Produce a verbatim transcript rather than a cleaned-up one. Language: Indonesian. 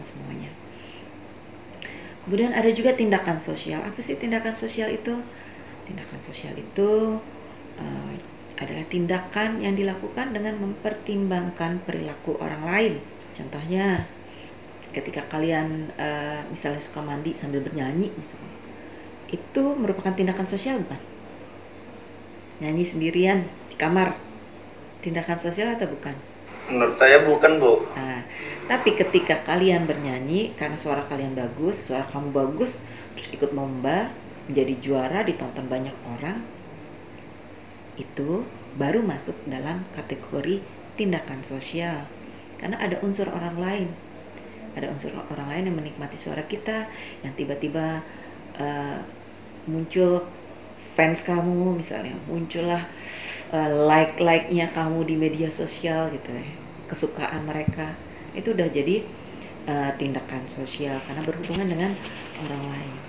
semuanya. Kemudian ada juga tindakan sosial. Apa sih tindakan sosial itu? Tindakan sosial itu uh, adalah tindakan yang dilakukan dengan mempertimbangkan perilaku orang lain. Contohnya, ketika kalian uh, misalnya suka mandi sambil bernyanyi misalnya, itu merupakan tindakan sosial bukan? Nyanyi sendirian di kamar, tindakan sosial atau bukan? Menurut saya bukan, Bu. Nah, tapi ketika kalian bernyanyi karena suara kalian bagus, suara kamu bagus, terus ikut lomba, menjadi juara, ditonton banyak orang, itu baru masuk dalam kategori tindakan sosial. Karena ada unsur orang lain. Ada unsur orang lain yang menikmati suara kita, yang tiba-tiba uh, muncul fans kamu misalnya, muncullah uh, like-like-nya kamu di media sosial gitu ya, kesukaan mereka, itu udah jadi uh, tindakan sosial karena berhubungan dengan orang lain.